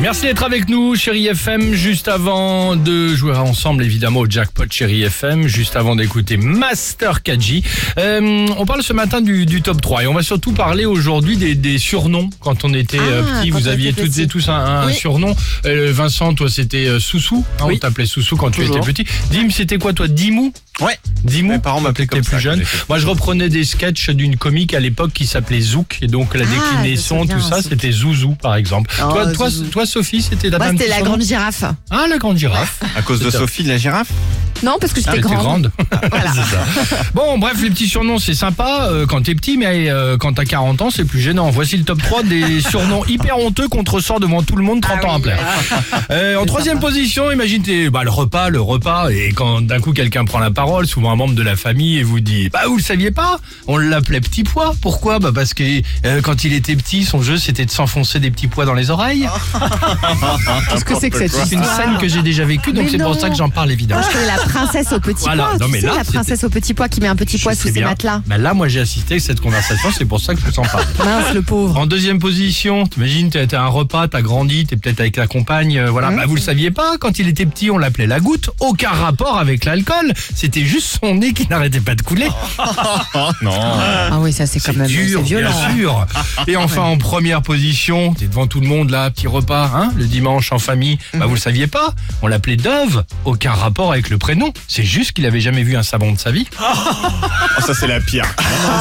Merci d'être avec nous, Chérie FM. Juste avant de jouer ensemble, évidemment, au jackpot Chérie FM, juste avant d'écouter Master KG. On parle ce matin du top 3 et on va surtout parler aujourd'hui des surnoms. Quand on était petit, vous aviez toutes et tous un surnom. Vincent, toi, c'était Soussou. Hein, on t'appelait Soussou quand tu étais petit. Dim, c'était quoi, toi, Dimou? Ouais. Dimou. Mes parents m'appelaient comme ça. Plus jeune. Moi, je reprenais des sketchs d'une comique à l'époque qui s'appelait Zouk. Et donc, la déclinaison, tout ça, c'était Zouzou, par exemple. Toi, Sophie, c'était Moi, c'était la grande girafe. Ah, la grande girafe. À cause de Sophie, la girafe? Non, parce que j'étais grande. Voilà. C'est ça. Bon, bref, les petits surnoms, c'est sympa quand t'es petit, mais quand t'as 40 ans, c'est plus gênant. Voici le top 3 des surnoms hyper honteux qu'on te ressort devant tout le monde 30 ans après. En troisième position, imagine le repas, et quand d'un coup quelqu'un prend la parole, souvent un membre de la famille, et vous dit, vous le saviez pas, on l'appelait Petit Pois. Pourquoi? Parce que quand il était petit, son jeu, c'était de s'enfoncer des petits pois dans les oreilles. Qu'est-ce que c'est que cette histoire? C'est une scène que j'ai déjà vécue, donc c'est pour ça que j'en parle évidemment. Moi, je connais la princesse au petit pois. Non, mais là, la princesse au petit pois qui met un petit pois sous ses matelas. Là, moi, j'ai assisté à cette conversation, c'est pour ça que je vous en parle. Mince, le pauvre. En deuxième position, t'imagines, t'as un repas, t'as grandi, t'es peut-être avec la compagne, vous le saviez pas, quand il était petit, on l'appelait la goutte, aucun rapport avec l'alcool, c'était juste son nez qui n'arrêtait pas de couler. Non. Ah oui, ça c'est quand même dur, violent. Bien sûr. Et enfin, en première position, t'es devant tout le monde là, petit repas, le dimanche en famille, vous le saviez pas, on l'appelait Dove, aucun rapport avec le prénom, c'est juste qu'il avait jamais vu un savon de sa vie. Ça c'est la pire.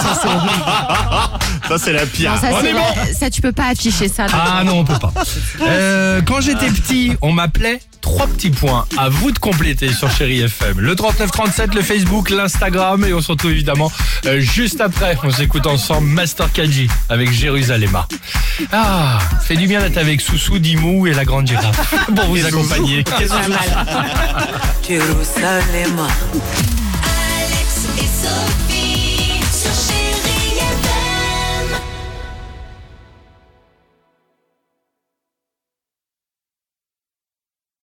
Ça c'est la pire. Non, ça tu peux pas afficher ça. Non, on peut pas. Quand j'étais petit, on m'appelait 3 petits points. À vous de compléter sur Chérie FM. Le 3937, le Facebook, l'Instagram et on se retrouve évidemment juste après. On s'écoute ensemble Master KG avec Jérusalem. Fait du bien d'être avec Soussou, Dimou et la grande girafe pour vous accompagner. Jérusalem. Alex et Sophie.